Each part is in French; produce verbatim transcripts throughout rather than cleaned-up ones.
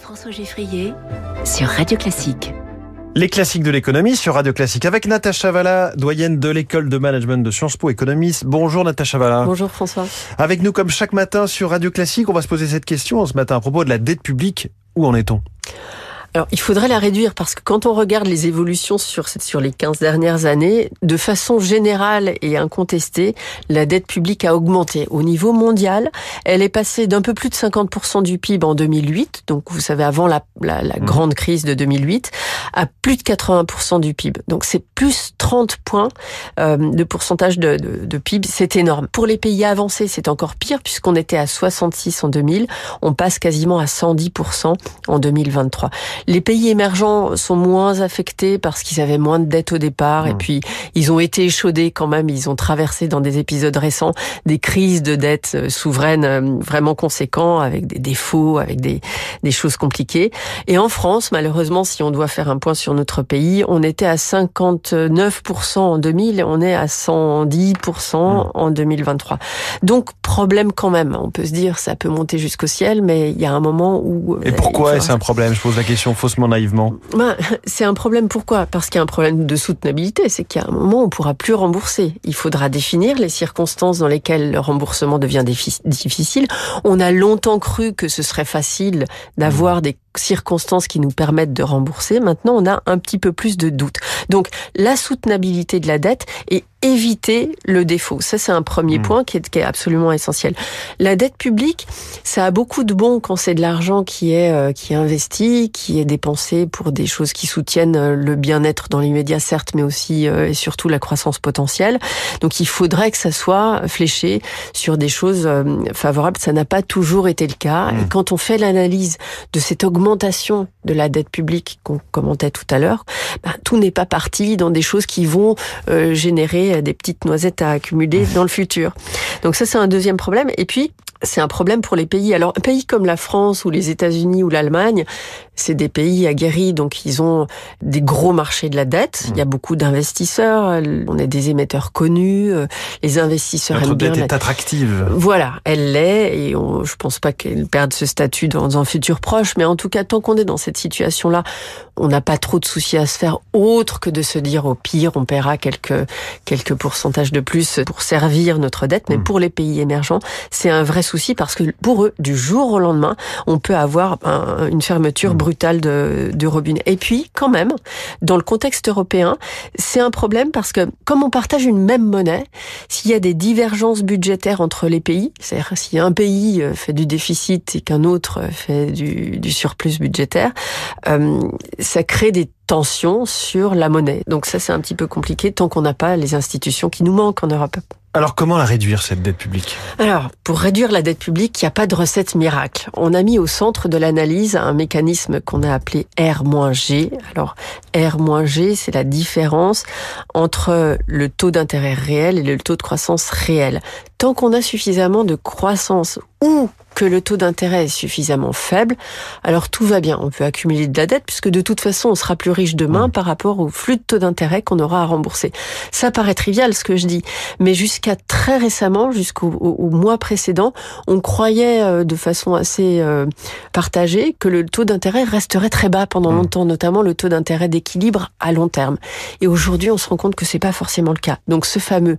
François Geffrier sur Radio Classique. Les classiques de l'économie sur Radio Classique avec Natacha Valla, doyenne de l'école de management de Sciences Po, économiste. Bonjour Natacha Valla. Bonjour François. Avec nous comme chaque matin sur Radio Classique, on va se poser cette question ce matin à propos de la dette publique. Où en est-on ? Alors, il faudrait la réduire parce que quand on regarde les évolutions sur, sur les quinze dernières années, de façon générale et incontestée, la dette publique a augmenté. Au niveau mondial, elle est passée d'un peu plus de cinquante pour cent du P I B en deux mille huit, donc vous savez, avant la, la, la mmh. grande crise de deux mille huit, à plus de quatre-vingts pour cent du P I B. Donc c'est plus trente points euh, de pourcentage de, de, de P I B, c'est énorme. Pour les pays avancés, c'est encore pire puisqu'on était à soixante-six en deux mille, on passe quasiment à cent dix pour cent en deux mille vingt-trois. Les pays émergents sont moins affectés parce qu'ils avaient moins de dettes au départ, mmh. et puis ils ont été échaudés quand même, ils ont traversé dans des épisodes récents des crises de dettes souveraines vraiment conséquents, avec des défauts, avec des, des choses compliquées. Et en France, malheureusement, si on doit faire un point sur notre pays, on était à cinquante-neuf pour cent en deux mille, on est à cent dix pour cent mmh. en deux mille vingt-trois. Donc, problème quand même. On peut se dire, ça peut monter jusqu'au ciel, mais il y a un moment où... Et pourquoi est-ce un problème ? Je pose la question faussement naïvement. Ben, c'est un problème pourquoi ? Parce qu'il y a un problème de soutenabilité, c'est qu'il y a un moment où on ne pourra plus rembourser. Il faudra définir les circonstances dans lesquelles le remboursement devient difficile. On a longtemps cru que ce serait facile d'avoir des circonstances qui nous permettent de rembourser. Maintenant, on a un petit peu plus de doutes. Donc, la soutenabilité de la dette et éviter le défaut. Ça, c'est un premier mmh. point qui est, qui est absolument essentiel. La dette publique, ça a beaucoup de bons quand c'est de l'argent qui est, euh, qui est investi, qui est dépensé pour des choses qui soutiennent le bien-être dans l'immédiat, certes, mais aussi euh, et surtout la croissance potentielle. Donc, il faudrait que ça soit fléché sur des choses euh, favorables. Ça n'a pas toujours été le cas. Mmh. Et quand on fait l'analyse de cette augmentation de la dette publique qu'on commentait tout à l'heure, ben, tout n'est pas parti dans des choses qui vont euh, générer des petites noisettes à accumuler dans le futur. Donc ça, c'est un deuxième problème. Et puis, c'est un problème pour les pays. Alors, un pays comme la France ou les États-Unis ou l'Allemagne, c'est des pays aguerris, donc ils ont des gros marchés de la dette. Il y a beaucoup d'investisseurs. On est des émetteurs connus. Les investisseurs Notre aiment bien. Notre dette la... est attractive. Voilà, elle l'est, et on, je pense pas qu'elle perde ce statut dans un futur proche. Mais en tout cas, tant qu'on est dans cette situation-là, on n'a pas trop de soucis à se faire, autre que de se dire au pire, on paiera quelques quelques pourcentages de plus pour servir notre dette. Mais mmh. pour les pays émergents, c'est un vrai souci parce que pour eux, du jour au lendemain, on peut avoir un, une fermeture mmh. brutale de, de robinet. Et puis, quand même, dans le contexte européen, c'est un problème parce que comme on partage une même monnaie, s'il y a des divergences budgétaires entre les pays, c'est-à-dire si un pays fait du déficit et qu'un autre fait du, du surplus budgétaire, euh, ça crée des tensions sur la monnaie. Donc ça, c'est un petit peu compliqué tant qu'on n'a pas les institutions qui nous manquent en Europe. Alors, comment la réduire, cette dette publique ? Alors, pour réduire la dette publique, il n'y a pas de recette miracle. On a mis au centre de l'analyse un mécanisme qu'on a appelé R moins G. Alors, R moins G, c'est la différence entre le taux d'intérêt réel et le taux de croissance réel. Tant qu'on a suffisamment de croissance ou que le taux d'intérêt est suffisamment faible, alors tout va bien. On peut accumuler de la dette puisque de toute façon, on sera plus riche demain mmh. par rapport au flux de taux d'intérêt qu'on aura à rembourser. Ça paraît trivial ce que je dis, mais jusqu'à très récemment, jusqu'au au, au mois précédent, on croyait euh, de façon assez euh, partagée que le taux d'intérêt resterait très bas pendant mmh. longtemps, notamment le taux d'intérêt d'équilibre à long terme. Et aujourd'hui, on se rend compte que c'est pas forcément le cas. Donc ce fameux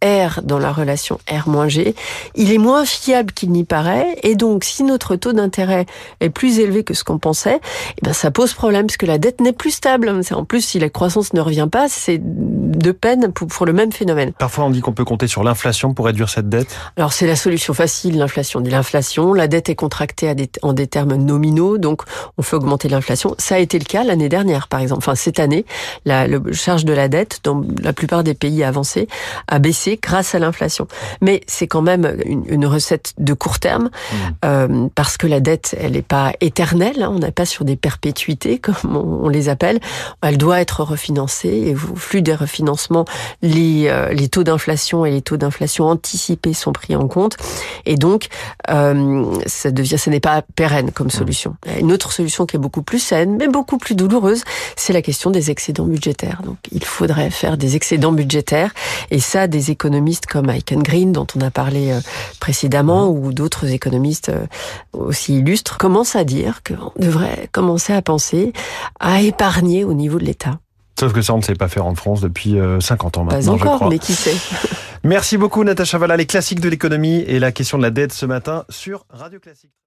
R dans la relation R moins G, il est moins fiable qu'il n'y paraît, et donc si notre taux d'intérêt est plus élevé que ce qu'on pensait, eh ben ça pose problème parce que la dette n'est plus stable. En plus, si la croissance ne revient pas, c'est de peine pour, pour le même phénomène. Parfois, on dit qu'on peut compter sur l'inflation pour réduire cette dette. Alors c'est la solution facile, l'inflation. L'inflation, la dette est contractée à des, en des termes nominaux, donc on fait augmenter l'inflation. Ça a été le cas l'année dernière, par exemple. Enfin, cette année, la, la charge de la dette dans la plupart des pays avancés a baissé grâce à l'inflation. Mais c'est quand même une, une recette de court terme, mmh. euh, parce que la dette, elle n'est pas éternelle, hein, on n'est pas sur des perpétuités, comme on, on les appelle. Elle doit être refinancée, et au flux des refinancements, les, euh, les taux d'inflation et les taux d'inflation anticipés sont pris en compte, et donc euh, ça devient, ce n'est pas pérenne comme solution. Mmh. Une autre solution qui est beaucoup plus saine, mais beaucoup plus douloureuse, c'est la question des excédents budgétaires. Donc il faudrait faire des excédents budgétaires, et ça, des économistes comme Aiken Green, dont on a parlé précédemment, ou d'autres économistes aussi illustres, commencent à dire qu'on devrait commencer à penser à épargner au niveau de l'État. Sauf que ça, on ne sait pas faire en France depuis cinquante ans maintenant, Pas encore, je crois. mais qui sait. Merci beaucoup, Natacha Valla. Les classiques de l'économie et la question de la dette ce matin sur Radio Classique.